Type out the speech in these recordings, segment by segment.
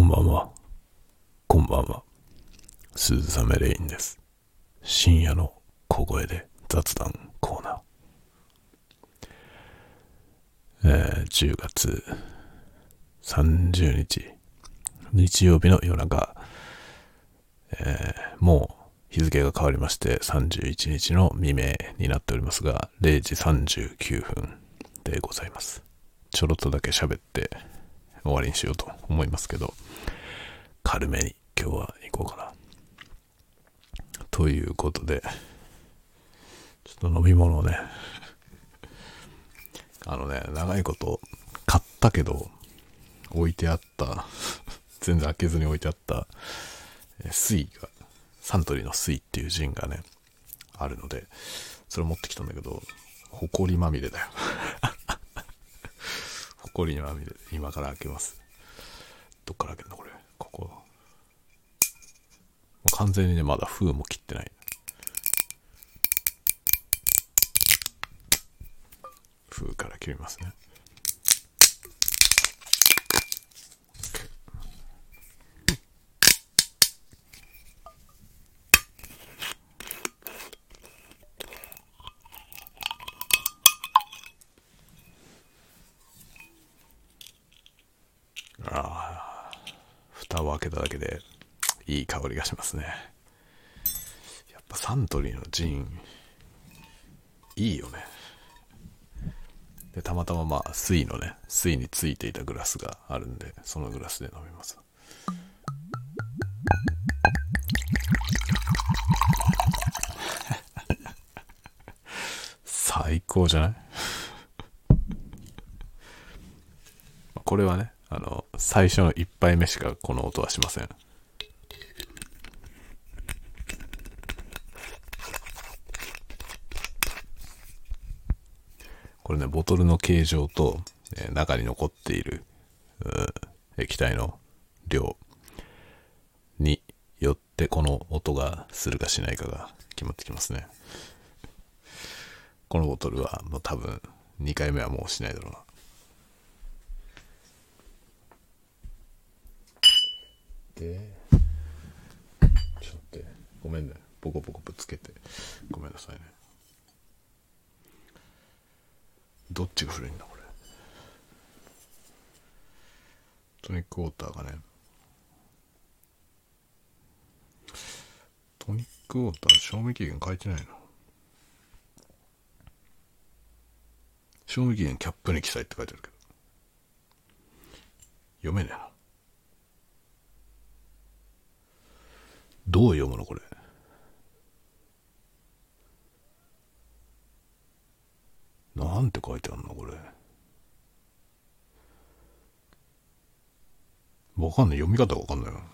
んばんは。こんばんは。鈴雨レインです。深夜の小声で雑談コーナー。10月30日、日曜日の夜中、もう日付が変わりまして31日の未明になっておりますが、0時39分でございます。ちょろっとだけ喋って終わりにしようと思いますけど、軽めに今日は行こうかなということで、ちょっと飲み物をね長いこと買ったけど置いてあった全然開けずに置いてあった水が、サントリーの水っていうジンがねあるので、それ持ってきたんだけど、ほこりまみれだよほこりまみれ。今から開けます。どっから開けるのこれ。ここもう完全にね、まだ封も切ってない。封から切りますね。蓋を開けただけでいい香りがしますね。やっぱサントリーのジンいいよね。でたまたま水についていたグラスがあるんで、そのグラスで飲みます。最高じゃないこれはね、最初の一杯目しかこの音はしません。これね、ボトルの形状と、中に残っている液体の量によってこの音がするかしないかが決まってきますね。このボトルはもう多分2回目はもうしないだろうな。で、ちょっと待って、ごめんね、ポコポコぶつけてごめんなさいね。どっちが古いんだこれ。トニックウォーターがね、トニックウォーター賞味期限書いてないの。賞味期限キャップに記載って書いてあるけど読めねえな。どう読むのこれ。なんて書いてあるのこれ。わかんない。読み方がわかんないな。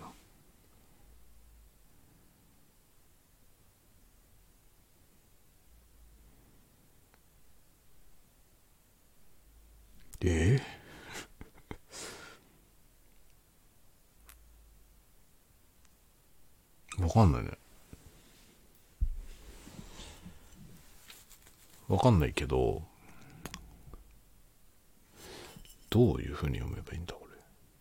わかんないね。わかんないけど、どういう風に読めばいいんだこ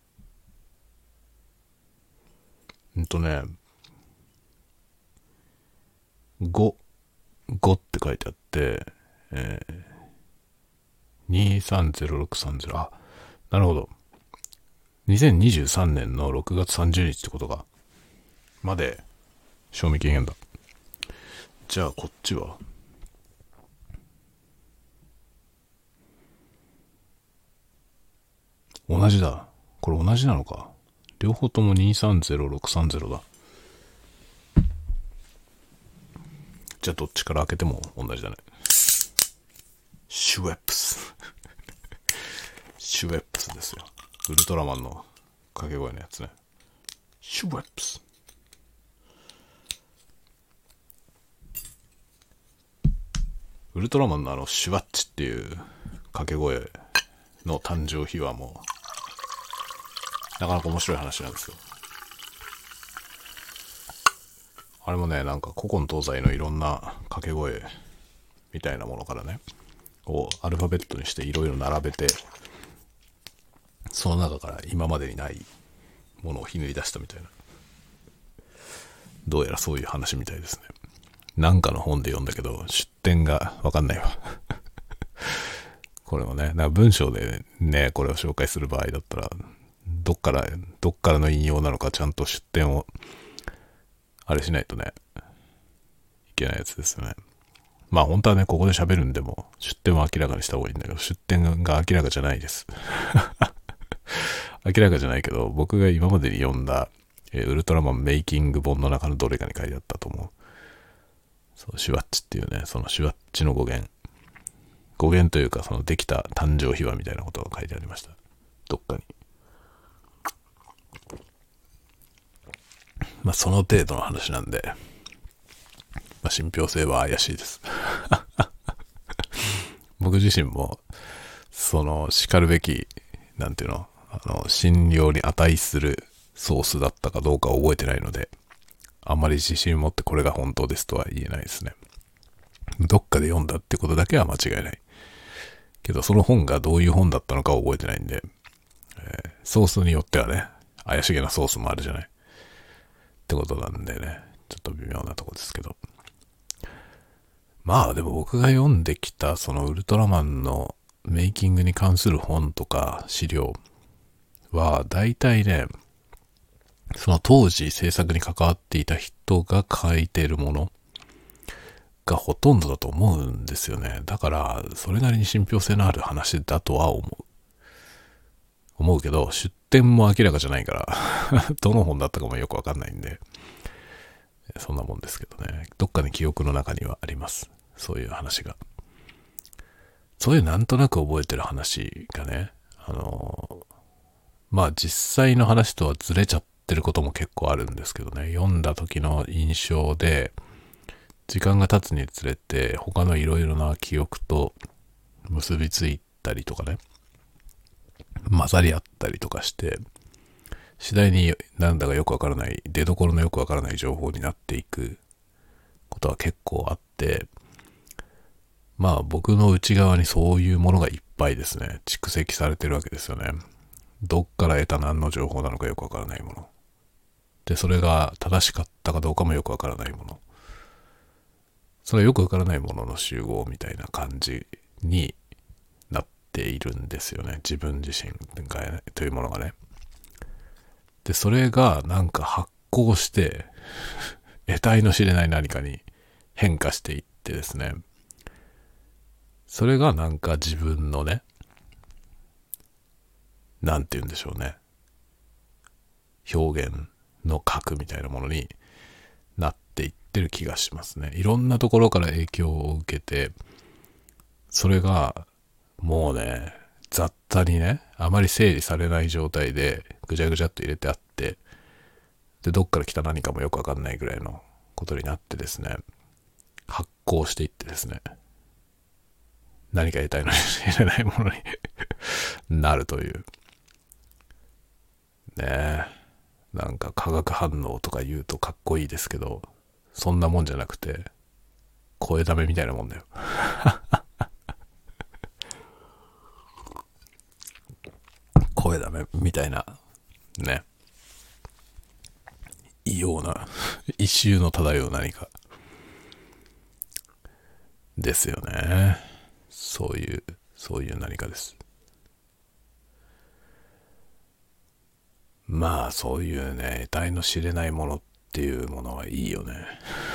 れ。5って書いてあって、230630。あ、なるほど。2023年の6月30日ってことか。まで賞味期限だ。じゃあこっちは同じだ。これ同じなのか。両方とも230630だ。じゃあどっちから開けても同じだね。シュウェップスシュウェップスですよ。ウルトラマンの掛け声のやつね。シュウェップス。ウルトラマンのシュワッチっていう掛け声の誕生秘話もなかなか面白い話なんですよ。あれもね、なんか古今東西のいろんな掛け声みたいなものからね、をアルファベットにしていろいろ並べて、その中から今までにないものをひねり出したみたいな、どうやらそういう話みたいですね。なんかの本で読んだけど出典がわかんないわこれもね、なんか文章でねこれを紹介する場合だったらどっからの引用なのかちゃんと出典をあれしないとねいけないやつですよね。まあ本当はねここで喋るんでも出典は明らかにした方がいいんだけど、出典が明らかじゃないです明らかじゃないけど、僕が今までに読んだウルトラマンメイキング本の中のどれかに書いてあったと思う。そうシュワッチっていうね、そのシュワッチの語源というか、そのできた誕生秘話みたいなことが書いてありました、どっかに。まあその程度の話なんで、まあ、信憑性は怪しいです僕自身もその叱るべきなんていうの、信用に値するソースだったかどうか覚えてないので、あんまり自信を持ってこれが本当ですとは言えないですね。どっかで読んだってことだけは間違いないけど、その本がどういう本だったのか覚えてないんで、ソースによってはね怪しげなソースもあるじゃないってことなんでね、ちょっと微妙なとこですけど、まあでも僕が読んできたそのウルトラマンのメイキングに関する本とか資料は大体ね、その当時制作に関わっていた人が書いてるものがほとんどだと思うんですよね。だからそれなりに信憑性のある話だとは思うけど、出典も明らかじゃないからどの本だったかもよくわかんないんで、そんなもんですけどね。どっかに記憶の中にはあります、そういう話が。そういうなんとなく覚えてる話がね、まあ実際の話とはずれちゃってることも結構あるんですけどね、読んだ時の印象で時間が経つにつれて他のいろいろな記憶と結びついたりとかね、混ざり合ったりとかして、次第になんだかよくわからない、出どころのよくわからない情報になっていくことは結構あって、まあ僕の内側にそういうものがいっぱいですね、蓄積されてるわけですよね。どっから得た何の情報なのかよくわからないもので、それが正しかったかどうかもよくわからないもの、それはよくわからないものの集合みたいな感じになっているんですよね、自分自身がというものがね。でそれがなんか発酵して得体の知れない何かに変化していってですね、それがなんか自分のね、なんて言うんでしょうね、表現の核みたいなものになっていってる気がしますね。いろんなところから影響を受けて、それがもうね雑多にね、あまり整理されない状態でぐちゃぐちゃっと入れてあって、でどっから来た何かもよくわかんないぐらいのことになってですね、発酵していってですね、何か得たいのに知れないものになるというねえ。なんか化学反応とか言うとかっこいいですけど、そんなもんじゃなくて声だめみたいなもんだよ声だめみたいなね、異様な一周の漂う何かですよね。そういう何かです。まあそういうね、得体の知れないものっていうものはいいよね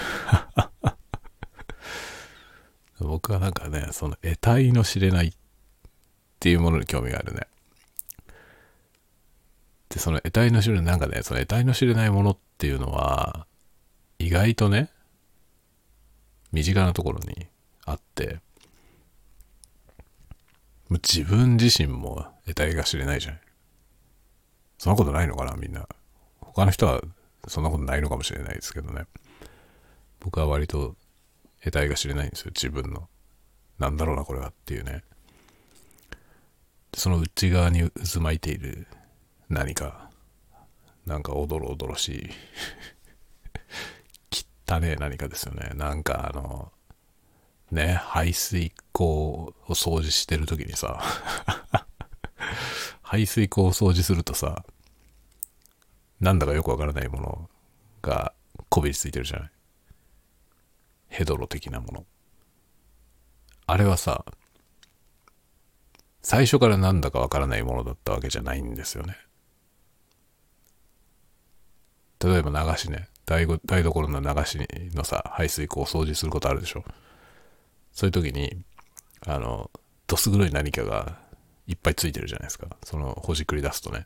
僕はなんかね、その得体の知れないっていうものに興味があるね。でその得体の知れない、なんかね、その得体の知れないものっていうのは意外とね身近なところにあって、自分自身も得体が知れないじゃん。そんなことないのかな、みんな。他の人はそんなことないのかもしれないですけどね。僕は割と得体が知れないんですよ、自分の。なんだろうなこれはっていうね。その内側に渦巻いている何か、なんかおどろおどろしい汚ねえ何かですよね。なんかね、排水口を掃除してるときにさ排水口を掃除するとさ、 なんだかよくわからないものがこびりついてるじゃない。ヘドロ的なもの。あれはさ、最初からなんだかわからないものだったわけじゃないんですよね。例えば流しね、台所の流しのさ、排水口を掃除することあるでしょ。そういう時に、どす黒い何かがいっぱいついてるじゃないですか。その、ほじくり出すとね。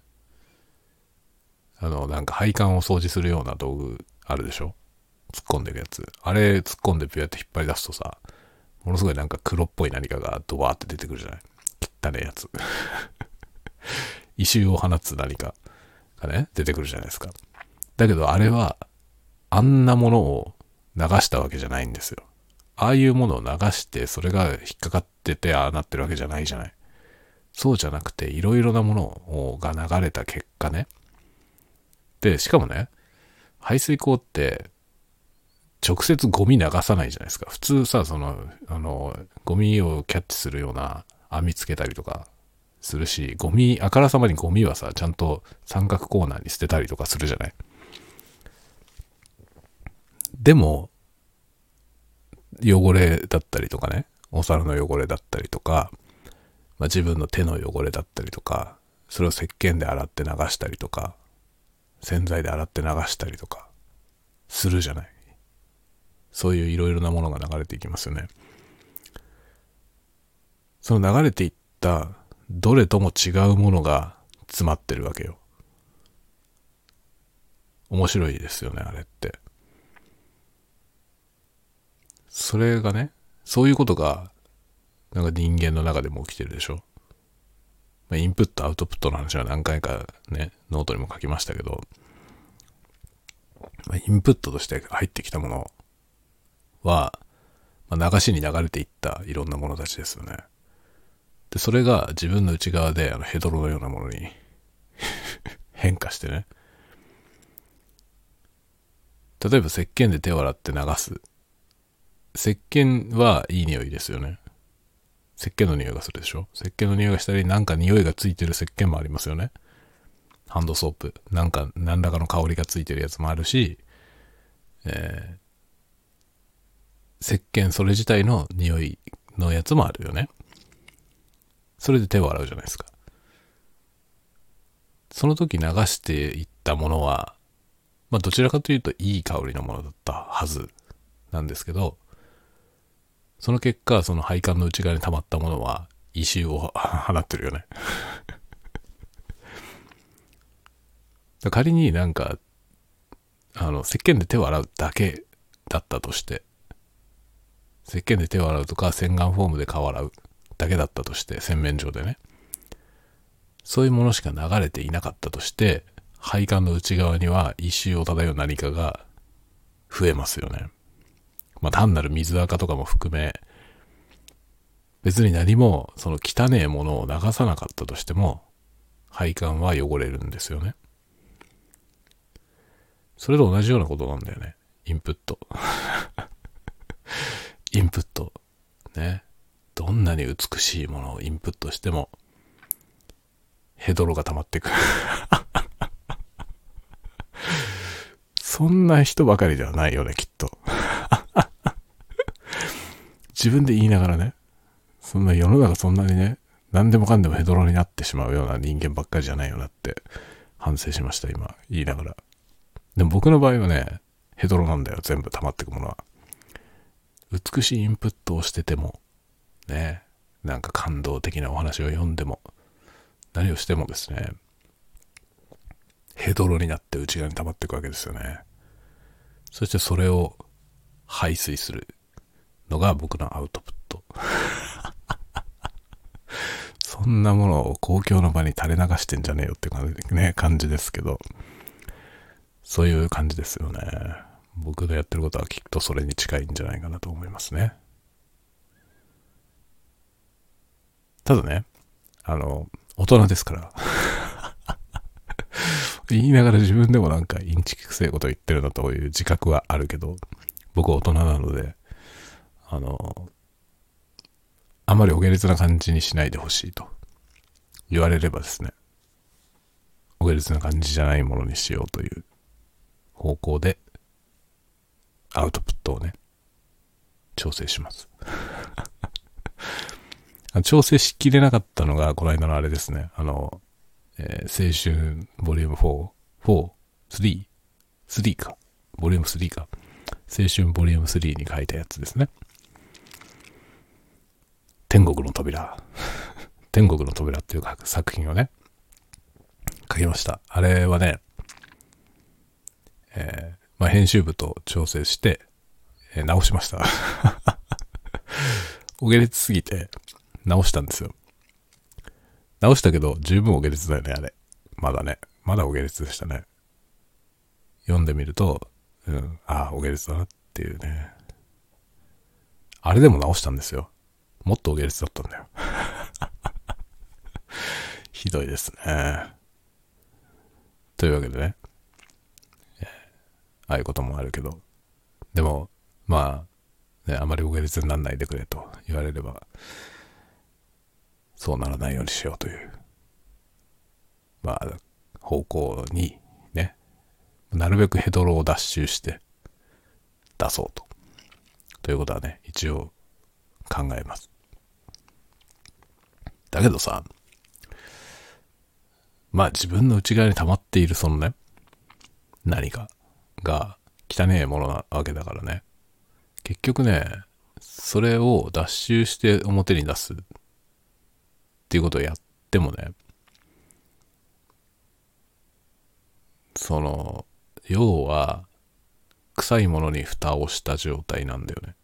なんか配管を掃除するような道具あるでしょ。突っ込んでるやつ。あれ突っ込んでピューって引っ張り出すとさ、ものすごいなんか黒っぽい何かがドワーって出てくるじゃない。汚ねえやつ。異臭を放つ何かがね、出てくるじゃないですか。だけどあれは、あんなものを流したわけじゃないんですよ。ああいうものを流して、それが引っかかってて、ああなってるわけじゃないじゃない。そうじゃなくて、いろいろなものが流れた結果ね。で、しかもね、排水口って、直接ゴミ流さないじゃないですか。普通さ、ゴミをキャッチするような網つけたりとかするし、あからさまにゴミはさ、ちゃんと三角コーナーに捨てたりとかするじゃない。でも、汚れだったりとかね、お皿の汚れだったりとか、自分の手の汚れだったりとか、それを石鹸で洗って流したりとか、洗剤で洗って流したりとか、するじゃない。そういういろいろなものが流れていきますよね。その流れていったどれとも違うものが詰まってるわけよ。面白いですよね、あれって。それがね、そういうことがなんか人間の中でも起きてるでしょ。インプットアウトプットの話は何回かね、ノートにも書きましたけど、インプットとして入ってきたものは、流しに流れていったいろんなものたちですよね。で、それが自分の内側でヘドロのようなものに変化してね。例えば石鹸で手を洗って流す。石鹸はいい匂いですよね。石鹸の匂いがするでしょ。石鹸の匂いがしたり、なんか匂いがついてる石鹸もありますよね。ハンドソープ。何らかの香りがついてるやつもあるし、石鹸それ自体の匂いのやつもあるよね。それで手を洗うじゃないですか。その時流していったものは、どちらかというといい香りのものだったはずなんですけど、その結果、その配管の内側に溜まったものは異臭を放ってるよね。仮になんか、石鹸で手を洗うだけだったとして、石鹸で手を洗うとか洗顔フォームで顔を洗うだけだったとして、洗面所でね、そういうものしか流れていなかったとして、配管の内側には異臭を漂う何かが増えますよね。単なる水垢とかも含め、別に何もその汚えものを流さなかったとしても、配管は汚れるんですよね。それと同じようなことなんだよね。インプット。インプット。ね。どんなに美しいものをインプットしても、ヘドロが溜まってくる。そんな人ばかりではないよね、きっと。自分で言いながらね、そんな世の中そんなにね、何でもかんでもヘドロになってしまうような人間ばっかりじゃないよなって反省しました、今。言いながら。でも僕の場合はね、ヘドロなんだよ、全部溜まってくものは。美しいインプットをしてても、ね、なんか感動的なお話を読んでも、何をしてもですね、ヘドロになって内側に溜まっていくわけですよね。そしてそれを排水するのが僕のアウトプット。そんなものを公共の場に垂れ流してんじゃねえよって感じですけど、そういう感じですよね。僕のやってることはきっとそれに近いんじゃないかなと思いますね。ただね、大人ですから。言いながら自分でもなんかインチキくせえこと言ってるなという自覚はあるけど、僕は大人なので、あまりお下劣な感じにしないでほしいと言われればですね、 オゲレツな感じじゃないものにしようという方向でアウトプットをね調整します。調整しきれなかったのがこの間のあれですね。青春ボリューム3か。ボリューム3か。青春ボリューム3に書いたやつですね。天国の扉。天国の扉っていう作品をね、書きました。あれはね、編集部と調整して、直しました。お下劣すぎて直したんですよ。直したけど十分お下劣だよね、あれ。まだお下劣でしたね。読んでみると、お下劣だなっていうね。あれでも直したんですよ。もっとお下劣だったんだよ。ひどいですね。というわけでね、ああいうこともあるけど、でもまあね、あまりお下劣にならないでくれと言われれば、そうならないようにしようという、方向にね、なるべくヘドロを脱臭して出そうということはね、一応考えます。だけどさ、自分の内側に溜まっているそのね、何かが汚えものなわけだからね。結局ね、それを脱臭して表に出すっていうことをやってもね、要は臭いものに蓋をした状態なんだよね。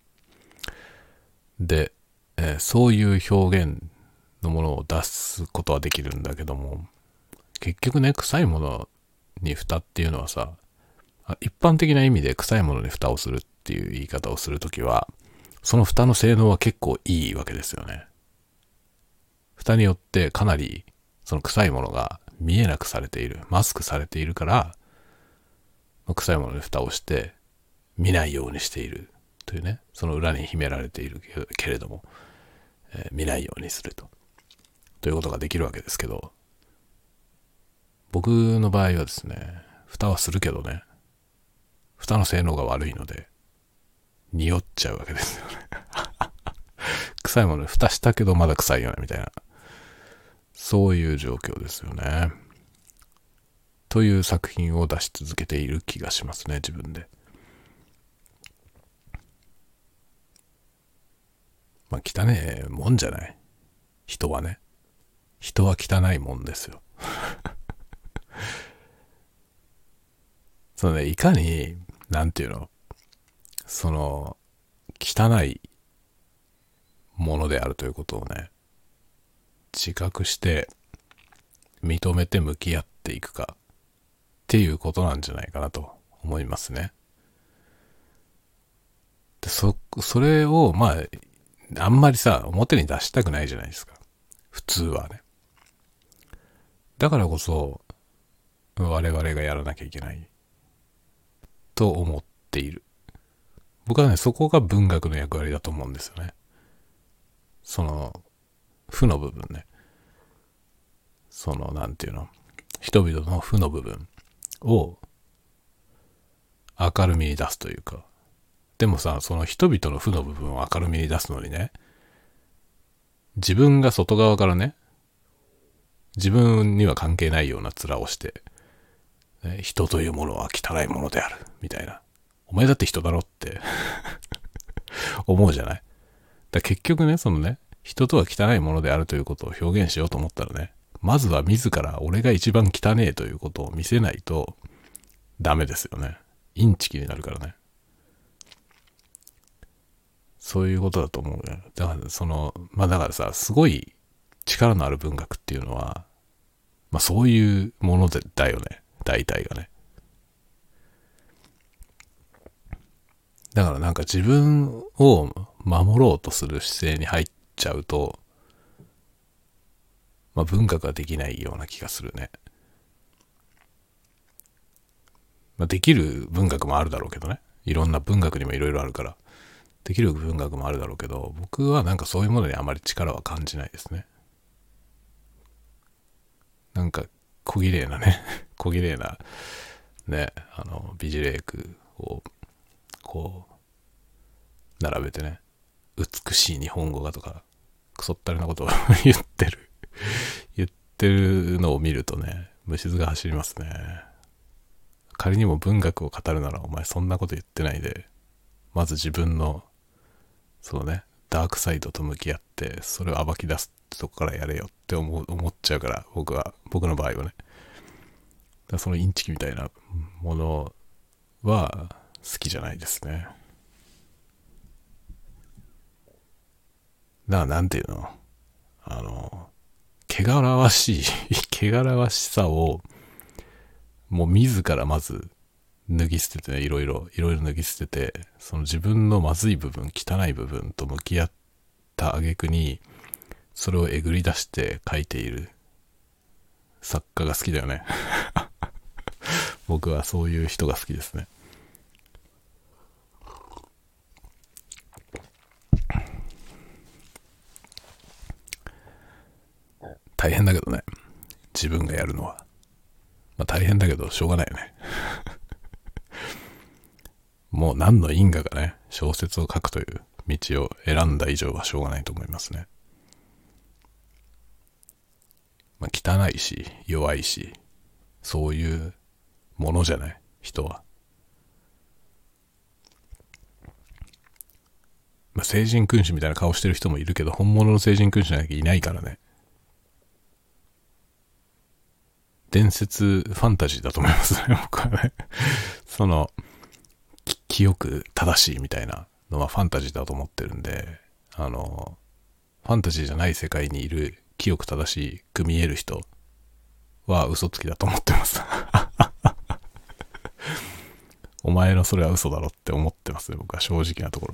で、そういう表現のものを出すことはできるんだけども、結局ね、臭いものに蓋っていうのはさ、一般的な意味で臭いものに蓋をするっていう言い方をするときは、その蓋の性能は結構いいわけですよね。蓋によってかなりその臭いものが見えなくされている、マスクされているから、臭いものに蓋をして見ないようにしているというね、その裏に秘められているけれども、見ないようにするということができるわけですけど、僕の場合はですね、蓋はするけどね、蓋の性能が悪いので匂っちゃうわけですよね。臭いものに蓋したけどまだ臭いよねみたいな、そういう状況ですよね。という作品を出し続けている気がしますね、自分で。汚えもんじゃない。人はね。人は汚いもんですよ。いかに、なんていうの、汚いものであるということをね、自覚して認めて向き合っていくかっていうことなんじゃないかなと思いますね。で、それをあんまりさ、表に出したくないじゃないですか。普通はね。だからこそ我々がやらなきゃいけないと思っている。僕はね、そこが文学の役割だと思うんですよね。負の部分ね。なんていうの、人々の負の部分を明るみに出すというか。でもさ、その人々の負の部分を明るみに出すのにね、自分が外側からね、自分には関係ないような面をして、人というものは汚いものであるみたいな、お前だって人だろって思うじゃない。結局ね、人とは汚いものであるということを表現しようと思ったらね、まずは自ら俺が一番汚えということを見せないとダメですよね。インチキになるからね。そういうことだと思うよ。だからだからさ、すごい力のある文学っていうのは、そういうものだよね。大体がね。だからなんか自分を守ろうとする姿勢に入っちゃうと、文学ができないような気がするね。できる文学もあるだろうけどね。いろんな文学にもいろいろあるから、できる文学もあるだろうけど、僕はなんかそういうものにあまり力は感じないですね。なんか小綺麗なね、小綺麗なね、美辞麗句をこう並べてね、美しい日本語がとかクソったれなことを言ってるのを見るとね、虫唾が走りますね。仮にも文学を語るならお前そんなこと言ってないで、まず自分のそのねダークサイドと向き合ってそれを暴き出すとこからやれよって思っちゃうから、僕の場合はね、だからそのインチキみたいなものは好きじゃないですね。なんていうの、汚らわしい汚らわしさをもう自らまず脱ぎ捨ててね、いろいろ脱ぎ捨てて、その自分のまずい部分、汚い部分と向き合った挙句にそれをえぐり出して書いている作家が好きだよね僕はそういう人が好きですね。大変だけどね、自分がやるのは。まあ大変だけどしょうがないよねもう何の因果がね、小説を書くという道を選んだ以上はしょうがないと思いますね。まあ汚いし弱いし、そういうものじゃない、人は。まあ聖人君子みたいな顔してる人もいるけど、本物の聖人君子じゃなきゃいないからね。伝説ファンタジーだと思いますね僕はねその清く正しいみたいなのはファンタジーだと思ってるんで、ファンタジーじゃない世界にいる清く正しく見える人は嘘つきだと思ってますお前のそれは嘘だろって思ってますね、僕は正直なところ。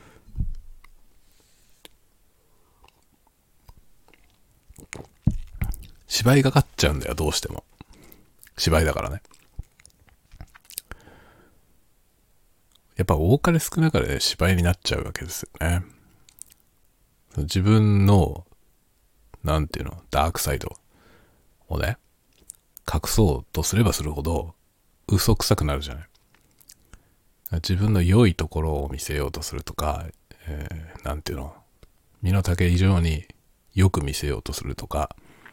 芝居がかっちゃうんだよ、どうしても。芝居だからね。やっぱ多かれ少なかれ芝居になっちゃうわけですよね。自分のなんていうの、ダークサイドをね隠そうとすればするほど嘘くさくなるじゃない。自分の良いところを見せようとするとか、なんていうの、身の丈以上によく見せようとするとか、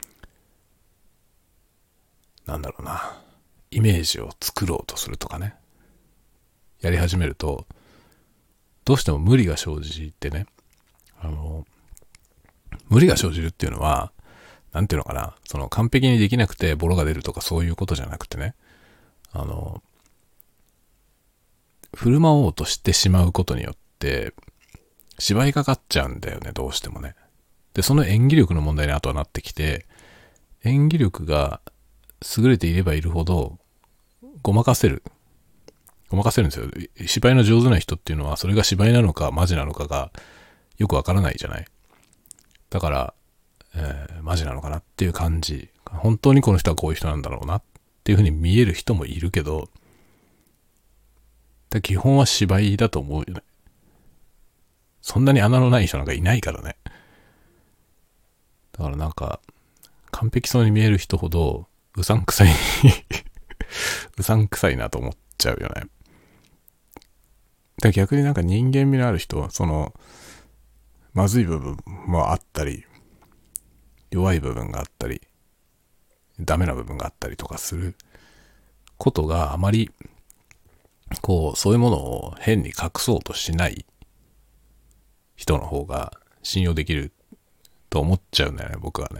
なんだろうな、イメージを作ろうとするとかね、やり始めるとどうしても無理が生じてね、無理が生じるっていうのはなんていうのかな、その完璧にできなくてボロが出るとかそういうことじゃなくてね、振る舞おうとしてしまうことによって芝居かかっちゃうんだよね、どうしてもね。でその演技力の問題にあとはなってきて、演技力が優れていればいるほどごまかせるんですよ。芝居の上手な人っていうのはそれが芝居なのかマジなのかがよくわからないじゃない。だから、マジなのかなっていう感じ、本当にこの人はこういう人なんだろうなっていうふうに見える人もいるけど、基本は芝居だと思うよね。そんなに穴のない人なんかいないからね。だからなんか完璧そうに見える人ほどうさんくさいうさんくさいなと思っちゃうよね。だ逆になんか人間味のある人はそのまずい部分もあったり、弱い部分があったり、ダメな部分があったりとかすることがあまりこうそういうものを変に隠そうとしない人の方が信用できると思っちゃうんだよね、僕はね。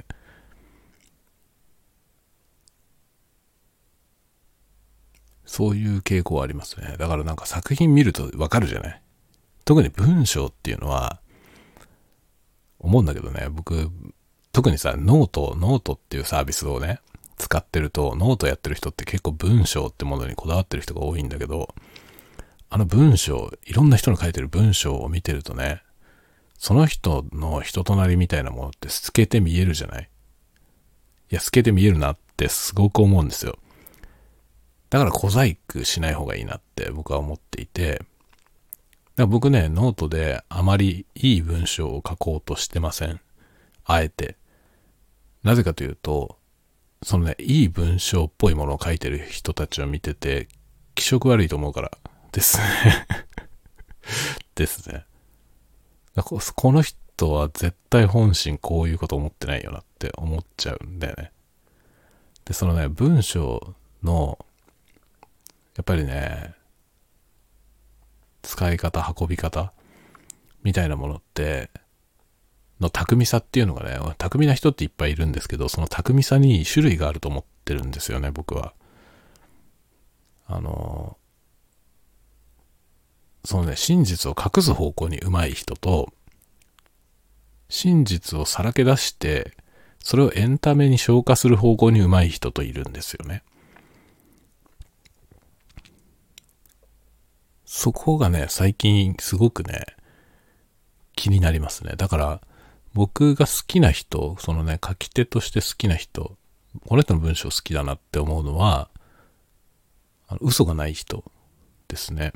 そういう傾向はありますね。だからなんか作品見るとわかるじゃない。特に文章っていうのは思うんだけどね、僕特にさ、ノートっていうサービスをね使ってると、ノートやってる人って結構文章ってものにこだわってる人が多いんだけど、あの文章、いろんな人の書いてる文章を見てるとね、その人の人となりみたいなものって透けて見えるじゃない。いや、透けて見えるなってすごく思うんですよ。だから小細工しない方がいいなって僕は思っていて、だから僕ね、ノートであまりいい文章を書こうとしてません。あえて。なぜかというと、 そのね、いい文章っぽいものを書いてる人たちを見てて、気色悪いと思うからですね。ですね。この人は絶対本心こういうこと思ってないよなって思っちゃうんだよね。で、そのね、文章の、やっぱりね、使い方、運び方みたいなものって、の巧みさっていうのがね、巧みな人っていっぱいいるんですけど、その巧みさに種類があると思ってるんですよね、僕は。そのね、真実を隠す方向に上手い人と、真実をさらけ出して、それをエンタメに消化する方向に上手い人といるんですよね。そこがね、最近すごくね、気になりますね。だから、僕が好きな人、そのね、書き手として好きな人、この人の文章好きだなって思うのは、嘘がない人ですね。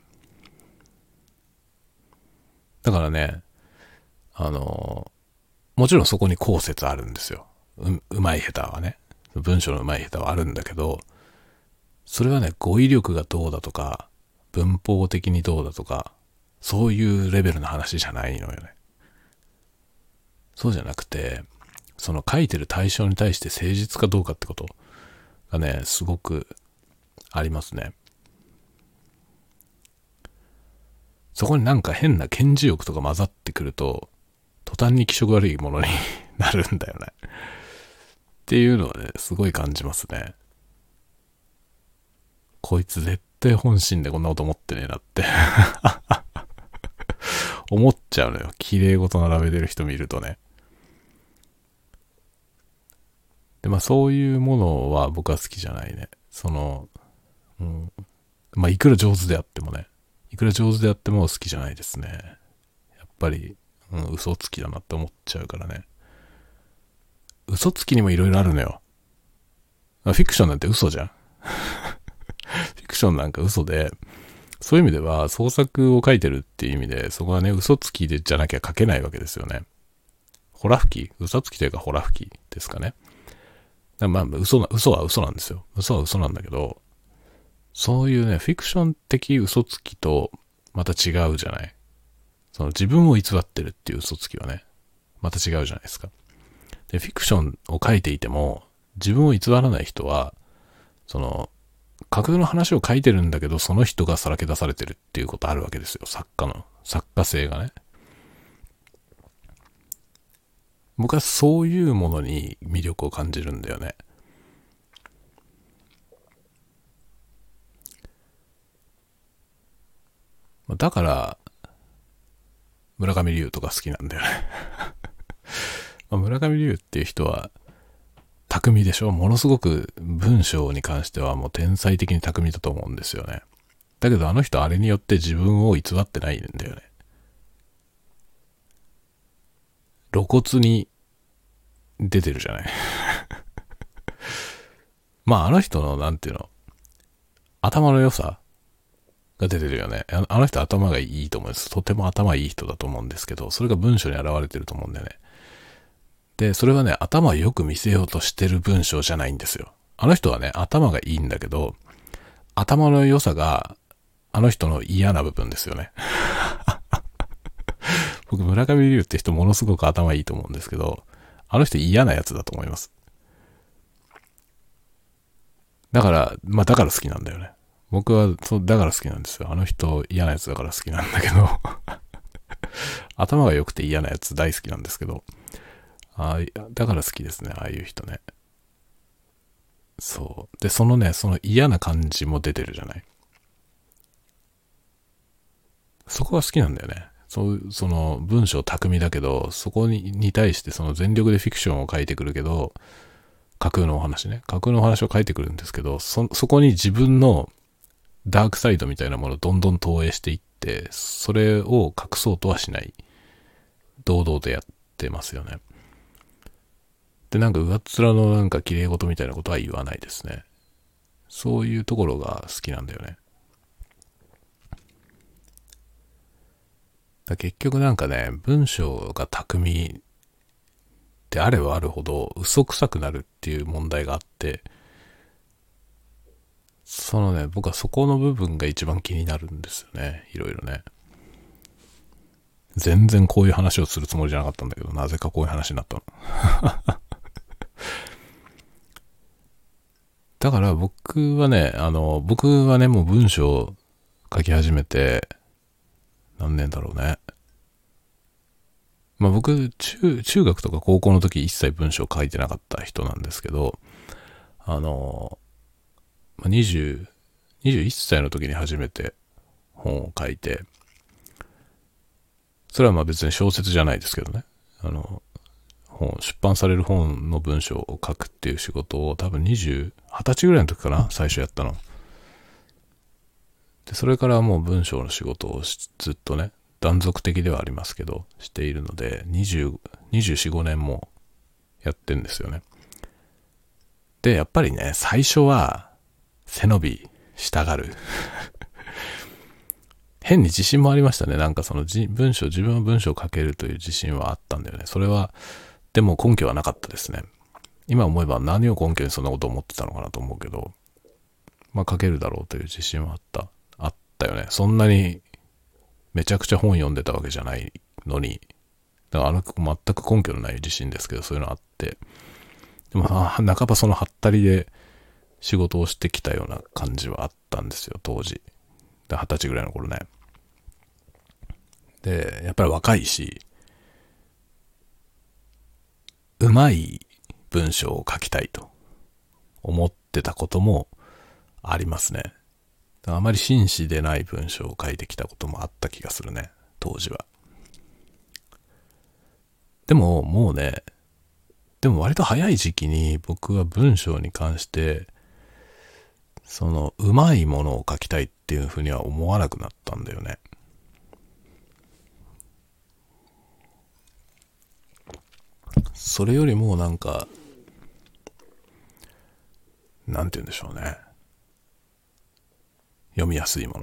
だからね、もちろんそこに後説あるんですよ。うまい下手はね。文章のうまい下手はあるんだけど、それはね、語彙力がどうだとか、文法的にどうだとか、そういうレベルの話じゃないのよね。そうじゃなくて、その書いてる対象に対して誠実かどうかってことがね、すごくありますね。そこになんか変な顕示欲とか混ざってくると、途端に気色悪いものになるんだよね。っていうのはね、すごい感じますね。こいつ絶対本心でこんなこと思ってねえなって思っちゃうのよ。綺麗事並べてる人見るとね。で、まあそういうものは僕は好きじゃないね。うん、まあいくら上手であってもね。いくら上手であっても好きじゃないですね。やっぱり、嘘つきだなって思っちゃうからね。嘘つきにもいろいろあるのよ。フィクションなんて嘘じゃん。フィクションなんか嘘で、そういう意味では創作を書いてるっていう意味で、そこはね、嘘つきでじゃなきゃ書けないわけですよね。ホラ吹き嘘つきというかホラ吹きですかね。まあ、嘘は嘘なんですよ。嘘は嘘なんだけど、そういうね、フィクション的嘘つきとまた違うじゃない。その自分を偽ってるっていう嘘つきはね、また違うじゃないですか。で、フィクションを書いていても、自分を偽らない人は、架空の話を書いてるんだけど、その人がさらけ出されてるっていうことあるわけですよ。作家性がね。僕はそういうものに魅力を感じるんだよね。だから、村上龍とか好きなんだよね。村上龍っていう人は、巧みでしょ。ものすごく文章に関してはもう天才的に巧みだと思うんですよね。だけどあの人あれによって自分を偽ってないんだよね。露骨に出てるじゃない。まああの人のなんていうの、頭の良さが出てるよね。あの人頭がいいと思うんです。とても頭いい人だと思うんですけど、それが文章に現れてると思うんだよね。で、それはね、頭をよく見せようとしてる文章じゃないんですよ。あの人はね、頭がいいんだけど、頭の良さがあの人の嫌な部分ですよね。僕、村上龍って人ものすごく頭いいと思うんですけど、あの人嫌なやつだと思います。だから、だから好きなんだよね。僕は、だから好きなんですよ。あの人嫌なやつだから好きなんだけど、頭が良くて嫌なやつ大好きなんですけど、だから好きですね、ああいう人ね。そう。で、その嫌な感じも出てるじゃない。そこは好きなんだよね。その文章巧みだけど、そこに対してその全力でフィクションを書いてくるけど、架空のお話ね。架空のお話を書いてくるんですけど、そこに自分のダークサイドみたいなものをどんどん投影していって、それを隠そうとはしない。堂々とやってますよね。で、なんか上っ面のなんか綺麗事みたいなことは言わないですね。そういうところが好きなんだよね。結局なんかね、文章が巧みであればあるほど嘘くさくなるっていう問題があって、そのね、僕はそこの部分が一番気になるんですよね。いろいろね。全然こういう話をするつもりじゃなかったんだけど、なぜかこういう話になったの。だから僕はね、もう文章を書き始めて、何年だろうね。まあ僕、中学とか高校の時一切文章を書いてなかった人なんですけど、21歳の時に初めて本を書いて、それはまあ別に小説じゃないですけどね。出版される本の文章を書くっていう仕事を多分20歳ぐらいの時かな、最初やったの。で、それからもう文章の仕事をずっとね、断続的ではありますけど、しているので、24、5年もやってんですよね。で、やっぱりね、最初は背伸びしたがる。変に自信もありましたね。なんかその自分は文章を書けるという自信はあったんだよね。それは、でも根拠はなかったですね。今思えば何を根拠にそんなことを思ってたのかなと思うけど、まあ書けるだろうという自信はあったよね。そんなにめちゃくちゃ本読んでたわけじゃないのに、だから全く根拠のない自信ですけど、そういうのあって、でも半ばそのハッタリで仕事をしてきたような感じはあったんですよ、当時。20歳ぐらいの頃ね。で、やっぱり若いし、うまい文章を書きたいと思ってたこともありますね。あまり真摯でない文章を書いてきたこともあった気がするね、当時は。でももうね、でも割と早い時期に僕は文章に関してそのうまいものを書きたいっていうふうには思わなくなったんだよね。それよりもなんか、なんて言うんでしょうね。読みやすいもの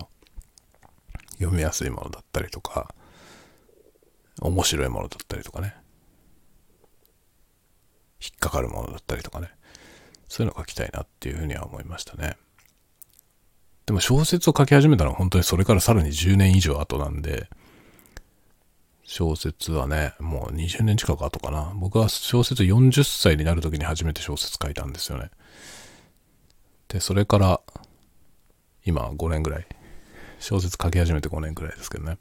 だったりとか、面白いものだったりとかね。引っかかるものだったりとかね。そういうのを書きたいなっていうふうには思いましたね。でも小説を書き始めたのは本当にそれからさらに10年以上後なんで、小説はね、もう20年近く後かな。僕は小説40歳になる時に初めて小説書いたんですよね。で、それから今5年ぐらい。小説書き始めて5年ぐらいですけどね。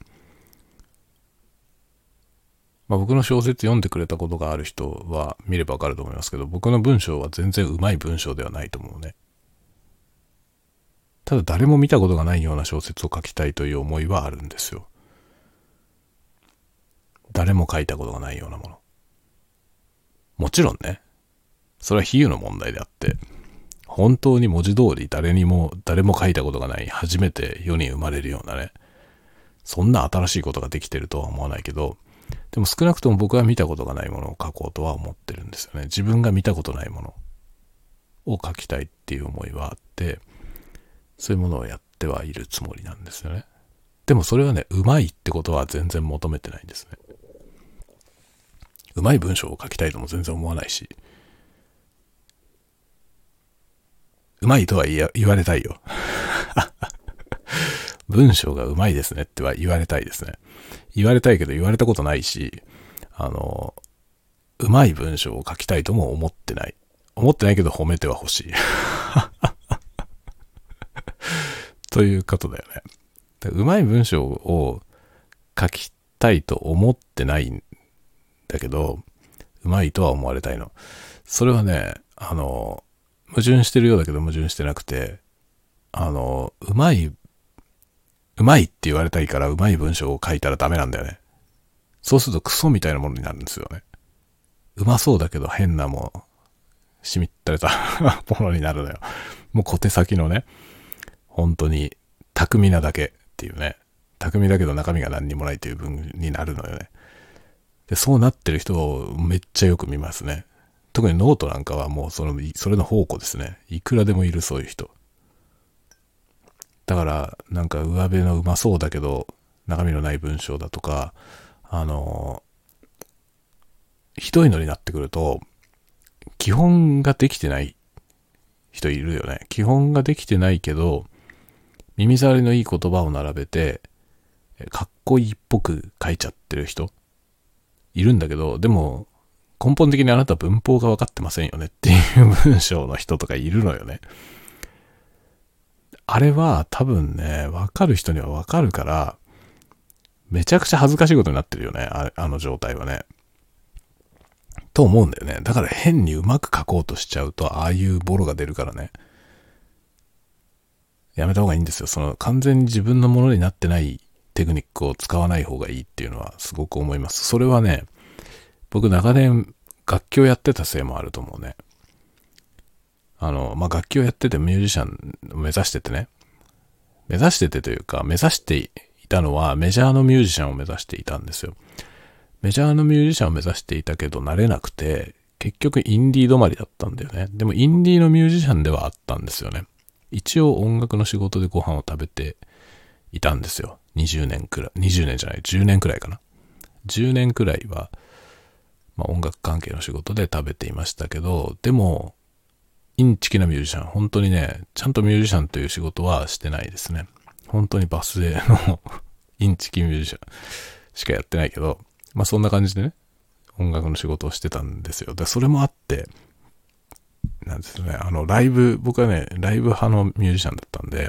まあ僕の小説読んでくれたことがある人は見ればわかると思いますけど、僕の文章は全然うまい文章ではないと思うね。ただ誰も見たことがないような小説を書きたいという思いはあるんですよ。誰も書いたことがないようなもの。もちろんね、それは比喩の問題であって、本当に文字通り誰も書いたことがない、初めて世に生まれるようなね、そんな新しいことができてるとは思わないけど、でも少なくとも僕は見たことがないものを書こうとは思ってるんですよね。自分が見たことないものを書きたいっていう思いはあって、そういうものをやってはいるつもりなんですよね。でもそれはね、うまいってことは全然求めてないんですね。うまい文章を書きたいとも全然思わないし、うまいとは言われたいよ。文章がうまいですねっては言われたいですね。言われたいけど言われたことないし、うまい文章を書きたいとも思ってない。思ってないけど褒めては欲しい。ということだよね。うまい文章を書きたいと思ってないんだけど、うまいとは思われたいの。それはね、矛盾してるようだけど矛盾してなくて、うまいって言われたいからうまい文章を書いたらダメなんだよね。そうするとクソみたいなものになるんですよね。うまそうだけど変なもう、しみったれたものになるのよ。もう小手先のね、本当に巧みなだけっていうね。巧みだけど中身が何にもないという文になるのよね。で、そうなってる人をめっちゃよく見ますね。特にノートなんかはもうそれの宝庫ですね。いくらでもいるそういう人。だからなんか上辺のうまそうだけど中身のない文章だとか、 ひどいのになってくると、基本ができてない人いるよね。基本ができてないけど、耳障りのいい言葉を並べて、かっこいいっぽく書いちゃってる人いるんだけど、でも根本的にあなた文法が分かってませんよねっていう文章の人とかいるのよね。あれは多分ね、分かる人には分かるから、めちゃくちゃ恥ずかしいことになってるよね。あの状態はね。と思うんだよね。だから変にうまく書こうとしちゃうと、ああいうボロが出るからね。やめた方がいいんですよ。その完全に自分のものになってないテクニックを使わない方がいいっていうのはすごく思います。それはね、僕長年楽器をやってたせいもあると思うね。楽器をやっててミュージシャンを目指しててね。目指しててというか、目指していたのはメジャーのミュージシャンを目指していたんですよ。メジャーのミュージシャンを目指していたけど慣れなくて、結局インディー止まりだったんだよね。でもインディーのミュージシャンではあったんですよね。一応音楽の仕事でご飯を食べていたんですよ。20年くらい、20年じゃない、10年くらいかな。10年くらいは、音楽関係の仕事で食べていましたけど、でも、インチキなミュージシャン、本当にね、ちゃんとミュージシャンという仕事はしてないですね。本当にバスへのインチキミュージシャンしかやってないけど、そんな感じでね、音楽の仕事をしてたんですよ。で、それもあって、なんですね、僕はね、ライブ派のミュージシャンだったんで、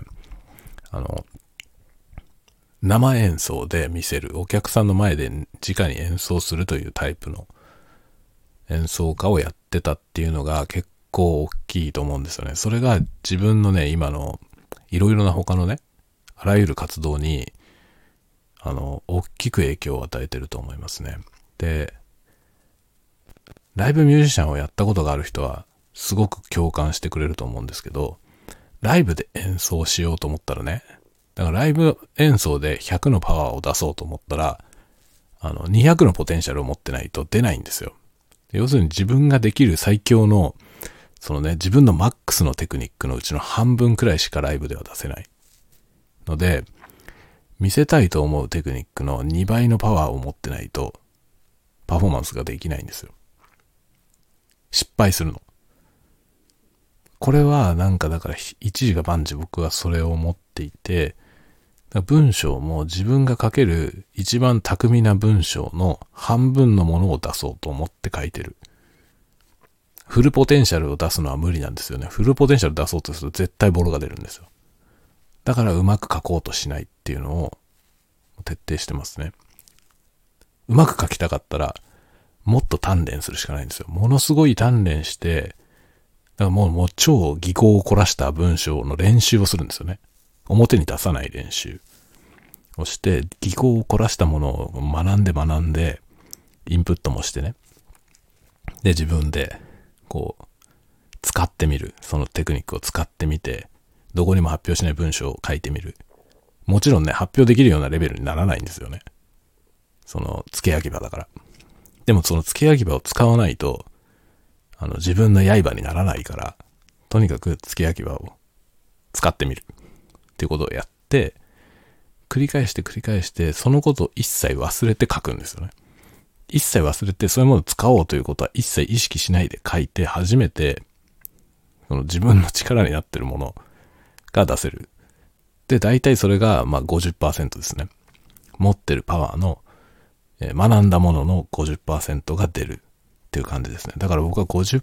生演奏で見せる、お客さんの前で直に演奏するというタイプの演奏家をやってたっていうのが結構大きいと思うんですよね。それが自分のね、今のいろいろな他のね、あらゆる活動に、大きく影響を与えてると思いますね。で、ライブミュージシャンをやったことがある人は、すごく共感してくれると思うんですけど、ライブで演奏しようと思ったらね、だからライブ演奏で100のパワーを出そうと思ったら、200のポテンシャルを持ってないと出ないんですよ。要するに自分ができる最強の、自分のマックスのテクニックのうちの半分くらいしかライブでは出せない。ので、見せたいと思うテクニックの2倍のパワーを持ってないと、パフォーマンスができないんですよ。失敗するの。これはだから一時が万事僕はそれを思っていて、文章も自分が書ける一番巧みな文章の半分のものを出そうと思って書いてる。フルポテンシャルを出すのは無理なんですよね。フルポテンシャル出そうとすると絶対ボロが出るんですよ。だからうまく書こうとしないっていうのを徹底してますね。うまく書きたかったらもっと鍛錬するしかないんですよ。ものすごい鍛錬して、だからもう超技巧を凝らした文章の練習をするんですよね。表に出さない練習をして、技巧を凝らしたものを学んで、インプットもしてね。で、自分で、使ってみる。そのテクニックを使ってみて、どこにも発表しない文章を書いてみる。もちろんね、発表できるようなレベルにならないんですよね。付け焼き場だから。でもその付け焼き場を使わないと、自分の刃にならないから、とにかく付け焼き場を使ってみる。っていうことをやって、繰り返して、そのことを一切忘れて書くんですよね。一切忘れて、そういうものを使おうということは一切意識しないで書いて、初めて、自分の力になってるものが出せる。で、大体それが、50% ですね。持ってるパワーの、学んだものの 50% が出るっていう感じですね。だから僕は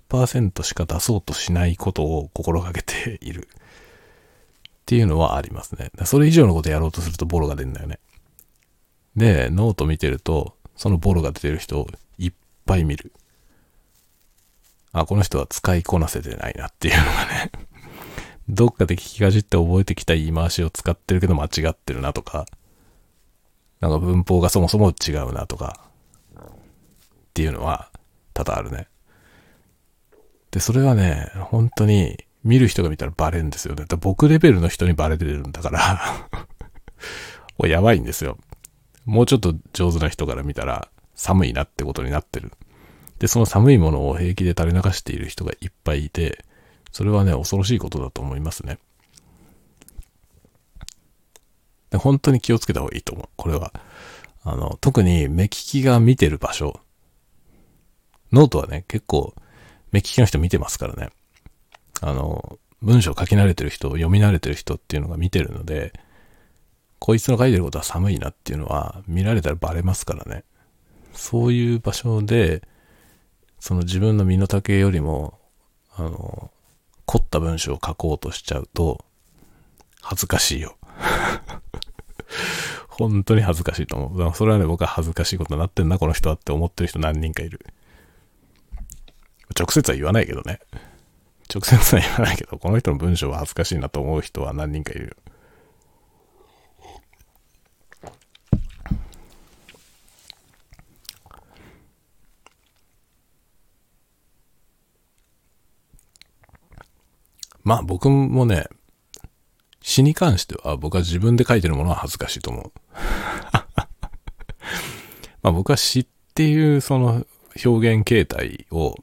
50% しか出そうとしないことを心がけている。っていうのはありますね。それ以上のことやろうとするとボロが出るんだよね。で、ノート見てると、そのボロが出てる人をいっぱい見る。あ、この人は使いこなせてないなっていうのがね。どっかで聞きかじって覚えてきた言い回しを使ってるけど間違ってるなとか、文法がそもそも違うなとか、っていうのは多々あるね。で、それはね、本当に見る人が見たらバレるんですよね。僕レベルの人にバレてるんだからこれやばいんですよ。もうちょっと上手な人から見たら寒いなってことになってる。で、その寒いものを平気で垂れ流している人がいっぱいいて、それはね、恐ろしいことだと思いますね。で、本当に気をつけた方がいいと思う。これは。特に目利きが見てる場所。 ノートはね、結構目利きの人見てますからね。文章書き慣れてる人、読み慣れてる人っていうのが見てるので、こいつの書いてることは寒いなっていうのは見られたらバレますからね。そういう場所で、その自分の身の丈よりも、凝った文章を書こうとしちゃうと、恥ずかしいよ。本当に恥ずかしいと思う。だからそれはね、僕は恥ずかしいことになってんな、この人はって思ってる人何人かいる。直接は言わないけどね。直接は言わないけど、この人の文章は恥ずかしいなと思う人は何人かいるよ。まあ僕もね、詩に関しては僕は自分で書いてるものは恥ずかしいと思う。まあ僕は詩っていうその表現形態を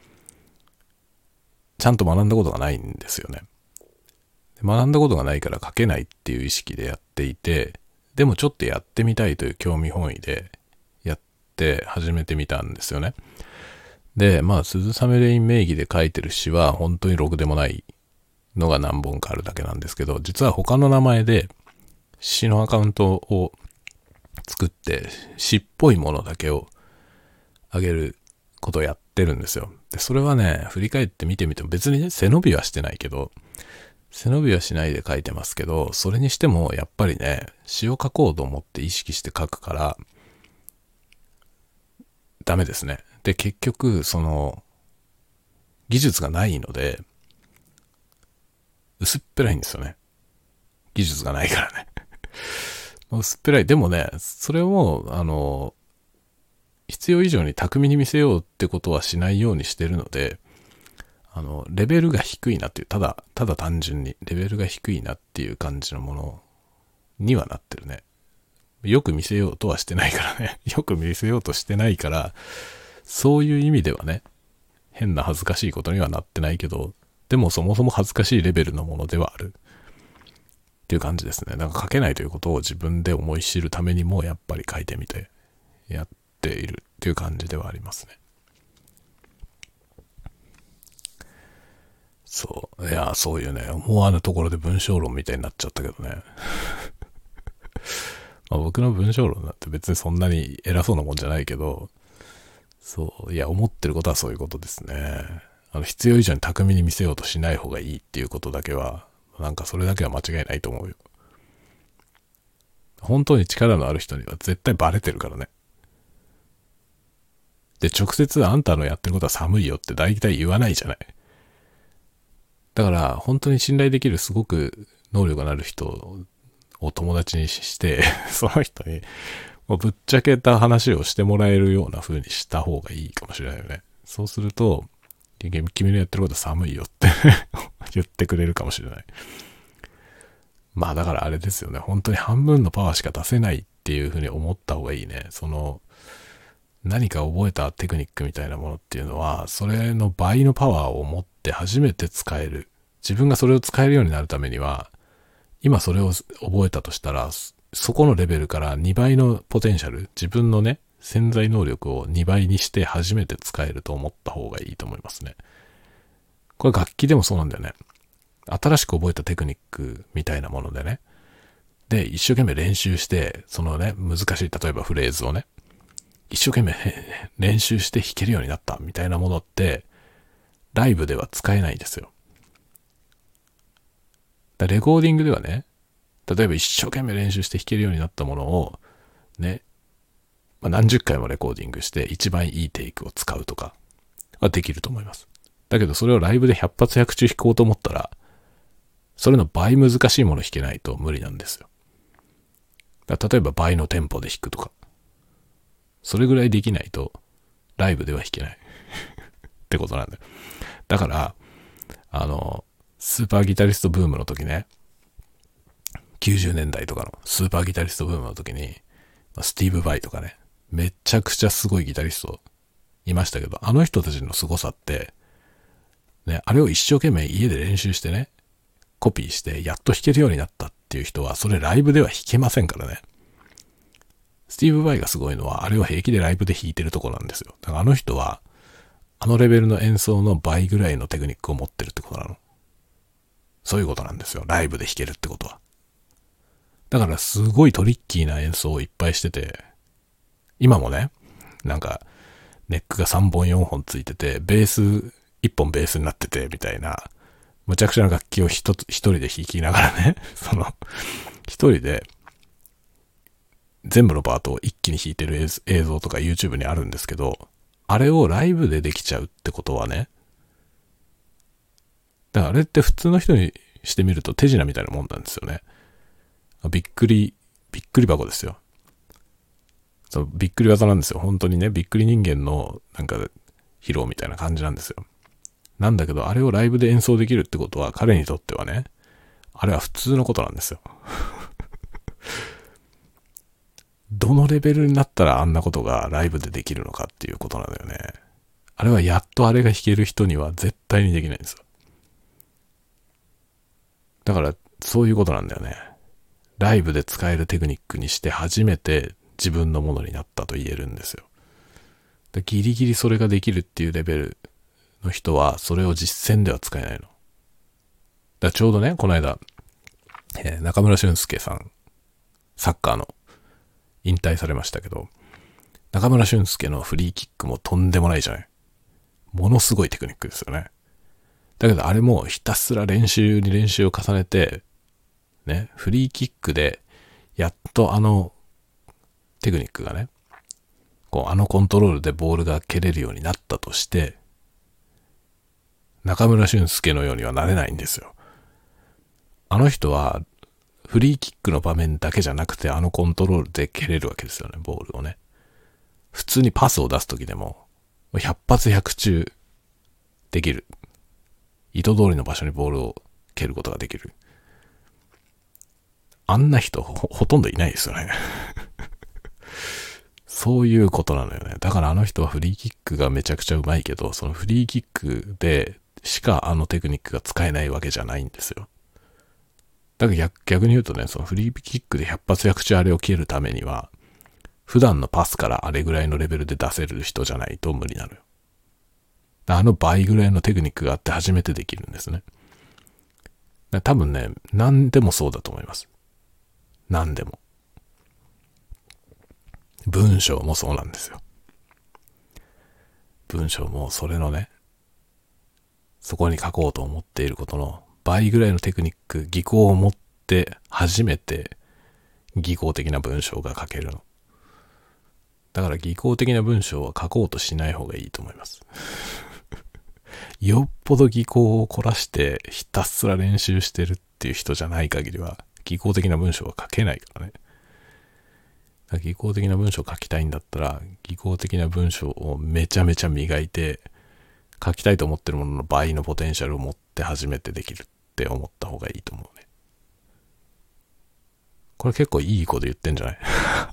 ちゃんと学んだことがないんですよね。学んだことがないから書けないっていう意識でやっていて、でもちょっとやってみたいという興味本位でやって始めてみたんですよね。で、まあ鈴雨レイン名義で書いてる詩は本当にろくでもないのが何本かあるだけなんですけど、実は他の名前で詩のアカウントを作って詩っぽいものだけをあげることをやってるんですよ。で、それはね、振り返って見てみても別にね、背伸びはしてないけど、背伸びはしないで書いてますけど、それにしてもやっぱりね、詩を書こうと思って意識して書くからダメですね。で、結局その技術がないので薄っぺらいんですよね。技術がないからね。薄っぺらい。でもね、それを必要以上に巧みに見せようってことはしないようにしてるので、レベルが低いなっていう、ただ単純にレベルが低いなっていう感じのものにはなってるね。よく見せようとはしてないからね。よく見せようとしてないから、そういう意味ではね、変な恥ずかしいことにはなってないけど、でもそもそも恥ずかしいレベルのものではある。っていう感じですね。だから書けないということを自分で思い知るためにも、やっぱり書いてみて、やっているっていう感じではありますね。そう。いや、そういうね、思わぬところで文章論みたいになっちゃったけどね。まあ僕の文章論なんて別にそんなに偉そうなもんじゃないけど、そう。いや、思ってることはそういうことですね。必要以上に巧みに見せようとしない方がいいっていうことだけは、なんかそれだけは間違いないと思うよ。本当に力のある人には絶対バレてるからね。で、直接あんたのやってることは寒いよって大体言わないじゃない。だから本当に信頼できるすごく能力がある人を友達にしてその人にもうぶっちゃけた話をしてもらえるような風にした方がいいかもしれないよね。そうすると君のやってることは寒いよって言ってくれるかもしれない。まあだからあれですよね。本当に半分のパワーしか出せないっていう風に思った方がいいね。その何か覚えたテクニックみたいなものっていうのは、それの倍のパワーを持って初めて使える。自分がそれを使えるようになるためには、今それを覚えたとしたら、そこのレベルから2倍のポテンシャル、自分のね、潜在能力を2倍にして初めて使えると思った方がいいと思いますね。これ楽器でもそうなんだよね。新しく覚えたテクニックみたいなものでね。で、一生懸命練習して、そのね、難しい、例えばフレーズをね、一生懸命練習して弾けるようになったみたいなものって、ライブでは使えないんですよ。レコーディングではね、例えば一生懸命練習して弾けるようになったものを、ね、何十回もレコーディングして一番いいテイクを使うとかはできると思います。だけどそれをライブで100発100中弾こうと思ったら、それの倍難しいもの弾けないと無理なんですよ。例えば倍のテンポで弾くとか。それぐらいできないと、ライブでは弾けない。ってことなんだよ。だから、スーパーギタリストブームの時ね、90年代とかのスーパーギタリストブームの時に、スティーブ・バイとかね、めちゃくちゃすごいギタリストいましたけど、あの人たちの凄さって、ね、あれを一生懸命家で練習してね、コピーしてやっと弾けるようになったっていう人は、それライブでは弾けませんからね。スティーブ・バイがすごいのは、あれを平気でライブで弾いてるところなんですよ。だからあの人は、 あのレベルの演奏の倍ぐらいのテクニックを持ってるってことなの。そういうことなんですよ。ライブで弾けるってことは。だからすごいトリッキーな演奏をいっぱいしてて、今もね、なんか、ネックが3本4本ついてて、ベース、1本ベースになってて、みたいな、むちゃくちゃな楽器を一人で弾きながらね、一人で、全部のパートを一気に弾いてる映像とか YouTube にあるんですけど、あれをライブでできちゃうってことはね、だからあれって普通の人にしてみると手品みたいなもんなんですよね。びっくり箱ですよ。びっくり技なんですよ。本当にね、びっくり人間のなんか披露みたいな感じなんですよ。なんだけど、あれをライブで演奏できるってことは彼にとってはね、あれは普通のことなんですよ。どのレベルになったらあんなことがライブでできるのかっていうことなんだよね。あれはやっとあれが弾ける人には絶対にできないんですよ。だからそういうことなんだよね。ライブで使えるテクニックにして初めて自分のものになったと言えるんですよ。でギリギリそれができるっていうレベルの人はそれを実践では使えないの。だからちょうどね、この間、中村俊輔さん、サッカーの引退されましたけど、中村俊輔のフリーキックもとんでもないじゃない。ものすごいテクニックですよね。だけどあれもひたすら練習に練習を重ねて、ね、フリーキックでやっとあのテクニックがね、こうあのコントロールでボールが蹴れるようになったとして、中村俊輔のようにはなれないんですよ。あの人はフリーキックの場面だけじゃなくてあのコントロールで蹴れるわけですよね、ボールをね。普通にパスを出すときでも100発100中できる。意図通りの場所にボールを蹴ることができる。あんな人 ほとんどいないですよね。そういうことなのよね。だからあの人はフリーキックがめちゃくちゃうまいけど、そのフリーキックでしかあのテクニックが使えないわけじゃないんですよ。だから逆に言うとね、そのフリーキックで100発100中あれを蹴るためには、普段のパスからあれぐらいのレベルで出せる人じゃないと無理なのよ。あの倍ぐらいのテクニックがあって初めてできるんですね。多分ね、何でもそうだと思います。何でも。文章もそうなんですよ。文章もそれのね、そこに書こうと思っていることの倍ぐらいのテクニック、技巧を持って初めて技巧的な文章が書けるの。だから技巧的な文章は書こうとしない方がいいと思います。よっぽど技巧を凝らしてひたすら練習してるっていう人じゃない限りは技巧的な文章は書けないからね。技巧的な文章を書きたいんだったら技巧的な文章をめちゃめちゃ磨いて書きたいと思ってるものの倍のポテンシャルを持って初めてできるって思った方がいいと思うね。これ結構いいこと言ってんじゃない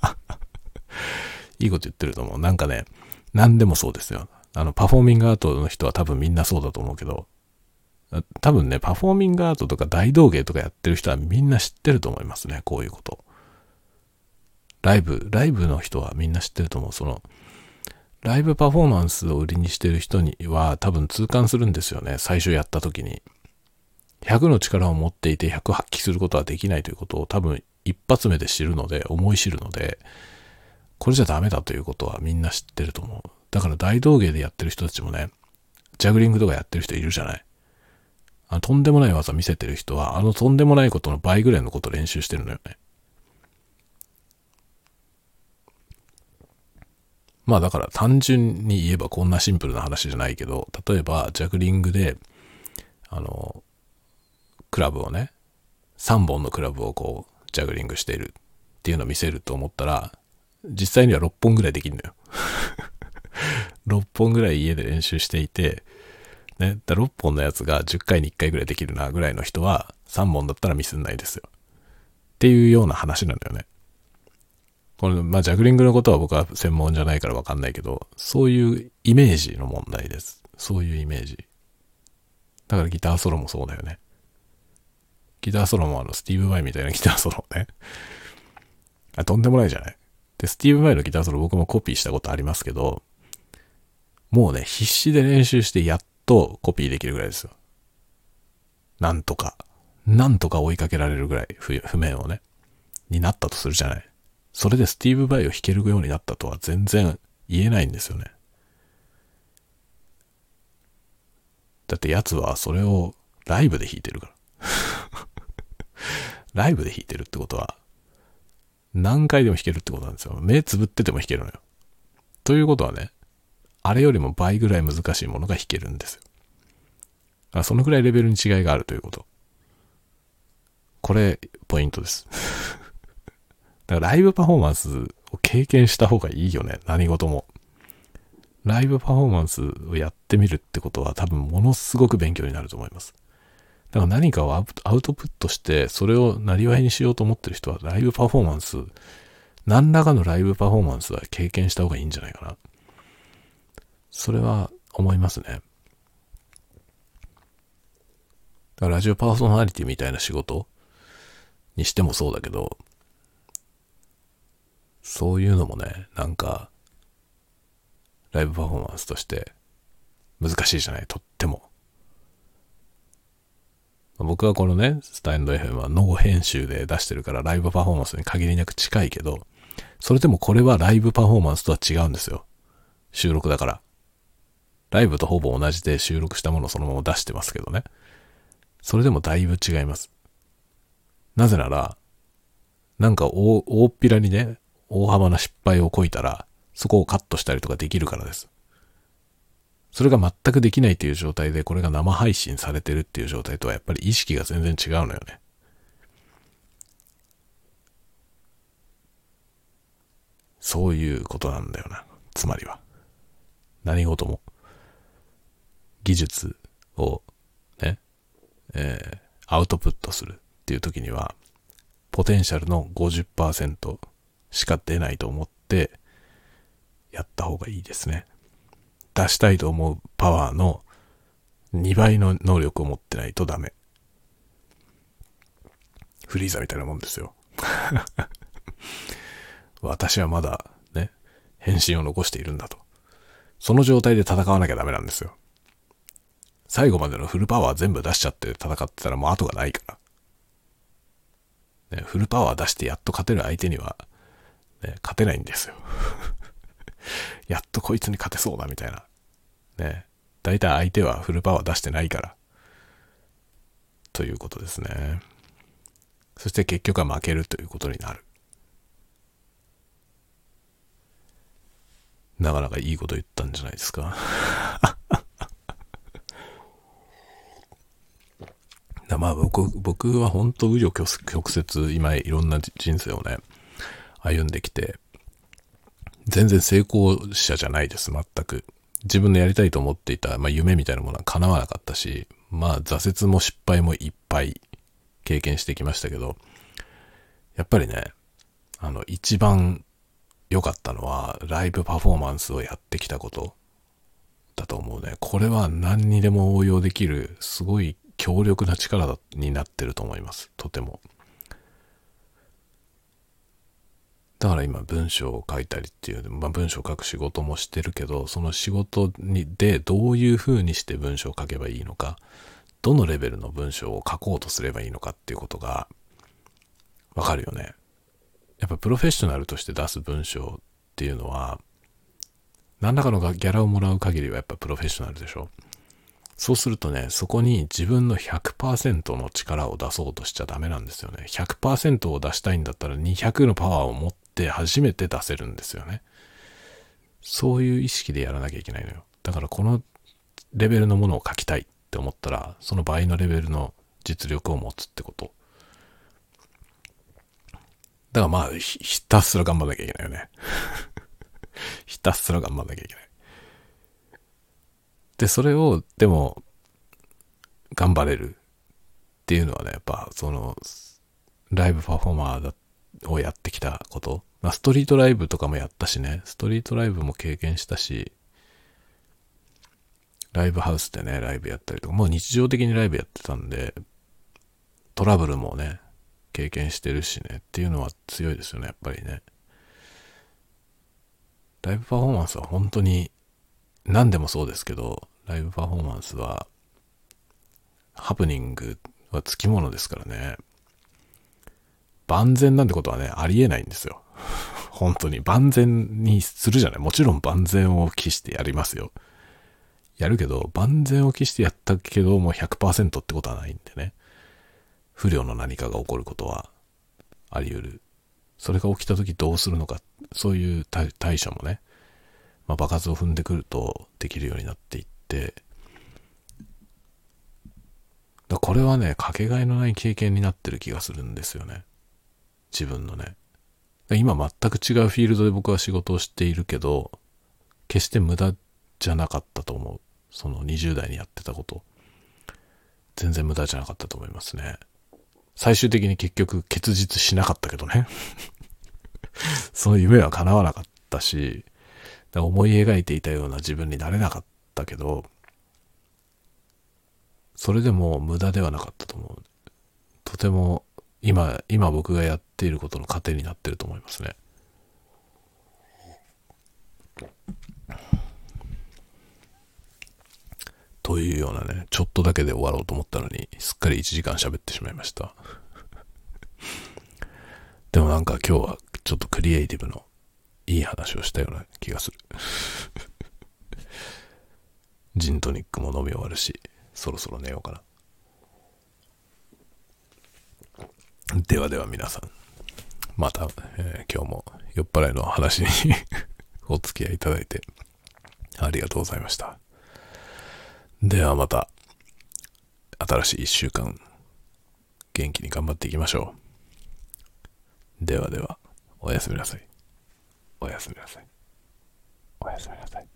いいこと言ってると思う。なんかね、何でもそうですよ。パフォーミングアートの人は多分みんなそうだと思うけど、多分ね、パフォーミングアートとか大道芸とかやってる人はみんな知ってると思いますね、こういうこと。ライブの人はみんな知ってると思う。ライブパフォーマンスを売りにしてる人には多分痛感するんですよね、最初やった時に。100の力を持っていて100発揮することはできないということを多分一発目で知るので、思い知るので、これじゃダメだということはみんな知ってると思う。だから大道芸でやってる人たちもね、ジャグリングとかやってる人いるじゃない。とんでもない技見せてる人は、とんでもないことの倍ぐらいのことを練習してるのよね。まあだから単純に言えばこんなシンプルな話じゃないけど、例えばジャグリングで、クラブをね、3本のクラブをこう、ジャグリングしているっていうのを見せると思ったら、実際には6本ぐらいできるのよ。6本ぐらい家で練習していて、ね、6本のやつが10回に1回ぐらいできるなぐらいの人は3本だったらミスんないですよ。っていうような話なんだよね。これ、まあ、ジャグリングのことは僕は専門じゃないから分かんないけど、そういうイメージの問題です。そういうイメージ。だからギターソロもそうだよね。ギターソロもスティーブ・バイみたいなギターソロね。とんでもないじゃない。で、スティーブ・バイのギターソロ僕もコピーしたことありますけど、 もうね、必死で練習してやっとコピーできるぐらいですよ。なんとか追いかけられるぐらい譜面をね、になったとするじゃない。それでスティーブ・バイを弾けるようになったとは全然言えないんですよね。だってやつはそれをライブで弾いてるから。ライブで弾いてるってことは、何回でも弾けるってことなんですよ。目つぶってても弾けるのよ。ということはね、あれよりも倍ぐらい難しいものが弾けるんですよ。そのぐらいレベルに違いがあるということ。これ、ポイントです。だからライブパフォーマンスを経験した方がいいよね。何事も。ライブパフォーマンスをやってみるってことは多分ものすごく勉強になると思います。だから何かをアウトプットしてそれをなりわいにしようと思ってる人はライブパフォーマンス、何らかのライブパフォーマンスは経験した方がいいんじゃないかな。それは思いますね。だからラジオパーソナリティみたいな仕事にしてもそうだけど、そういうのもね、なんかライブパフォーマンスとして難しいじゃない、とっても。僕はこのね、スタンド FM はノー編集で出してるからライブパフォーマンスに限りなく近いけど、それでもこれはライブパフォーマンスとは違うんですよ。収録だから。ライブとほぼ同じで収録したものをそのまま出してますけどね。それでもだいぶ違います。なぜなら、なんか大っぴらにね、大幅な失敗をこいたら、そこをカットしたりとかできるからです。それが全くできないっていう状態で、これが生配信されてるっていう状態とはやっぱり意識が全然違うのよね。そういうことなんだよな。つまりは。何事も。技術をね、アウトプットするっていう時には、ポテンシャルの 50% しか出ないと思ってやった方がいいですね。出したいと思うパワーの2倍の能力を持ってないとダメ。フリーザみたいなもんですよ。私はまだね、変身を残しているんだと。その状態で戦わなきゃダメなんですよ。最後までのフルパワー全部出しちゃって戦ってたらもう後がないから。ね、フルパワー出してやっと勝てる相手には、ね、勝てないんですよ。やっとこいつに勝てそうだみたいな。ね。だいたい相手はフルパワー出してないから。ということですね。そして結局は負けるということになる。なかなかいいこと言ったんじゃないですか。まあ僕は本当紆余曲折今いろんな人生をね歩んできて全然成功者じゃないです。全く自分のやりたいと思っていた、夢みたいなものは叶わなかったし、挫折も失敗もいっぱい経験してきましたけど、やっぱりね一番良かったのはライブパフォーマンスをやってきたことだと思うね。これは何にでも応用できるすごい強力な力になってると思います。とても。だから今文章を書いたりっていう、文章を書く仕事もしてるけど、その仕事でどういう風にして文章を書けばいいのか、どのレベルの文章を書こうとすればいいのかっていうことがわかるよね。やっぱプロフェッショナルとして出す文章っていうのは、何らかのギャラをもらう限りはやっぱプロフェッショナルでしょ。そうするとね、そこに自分の 100% の力を出そうとしちゃダメなんですよね。100% を出したいんだったら200のパワーを持って初めて出せるんですよね。そういう意識でやらなきゃいけないのよ。だからこのレベルのものを書きたいって思ったら、その倍のレベルの実力を持つってこと。だからひたすら頑張んなきゃいけないよね。ひたすら頑張んなきゃいけない。で、それを、でも、頑張れるっていうのはね、やっぱ、ライブパフォーマーをやってきたこと。ストリートライブとかもやったしね、ストリートライブも経験したし、ライブハウスでね、ライブやったりとか、もう日常的にライブやってたんで、トラブルもね、経験してるしね、っていうのは強いですよね、やっぱりね。ライブパフォーマンスは本当に何でもそうですけど、ライブパフォーマンスはハプニングはつきものですからね。万全なんてことはね、ありえないんですよ。本当に万全にするじゃない。もちろん万全を期してやりますよ。やるけど、万全を期してやったけど、もう 100% ってことはないんでね。不慮の何かが起こることはあり得る。それが起きた時どうするのか、そういう対処もね、場数を踏んでくるとできるようになっていって、これはね、かけがえのない経験になってる気がするんですよね。自分のね。今全く違うフィールドで僕は仕事をしているけど、決して無駄じゃなかったと思う。その20代にやってたこと。全然無駄じゃなかったと思いますね。最終的に結局結実しなかったけどね。その夢は叶わなかったし、思い描いていたような自分になれなかったけど、それでも無駄ではなかったと思う。とても今僕がやっていることの糧になってると思いますね。というようなね、ちょっとだけで終わろうと思ったのに、すっかり1時間喋ってしまいました。でもなんか今日はちょっとクリエイティブのいい話をしたような気がする。ジントニックも飲み終わるし、そろそろ寝ようかな。ではでは皆さん、また、今日も酔っ払いの話にお付き合いいただいてありがとうございました。ではまた新しい1週間元気に頑張っていきましょう。ではでは、おやすみなさい。おやすみなさい。おやすみなさい。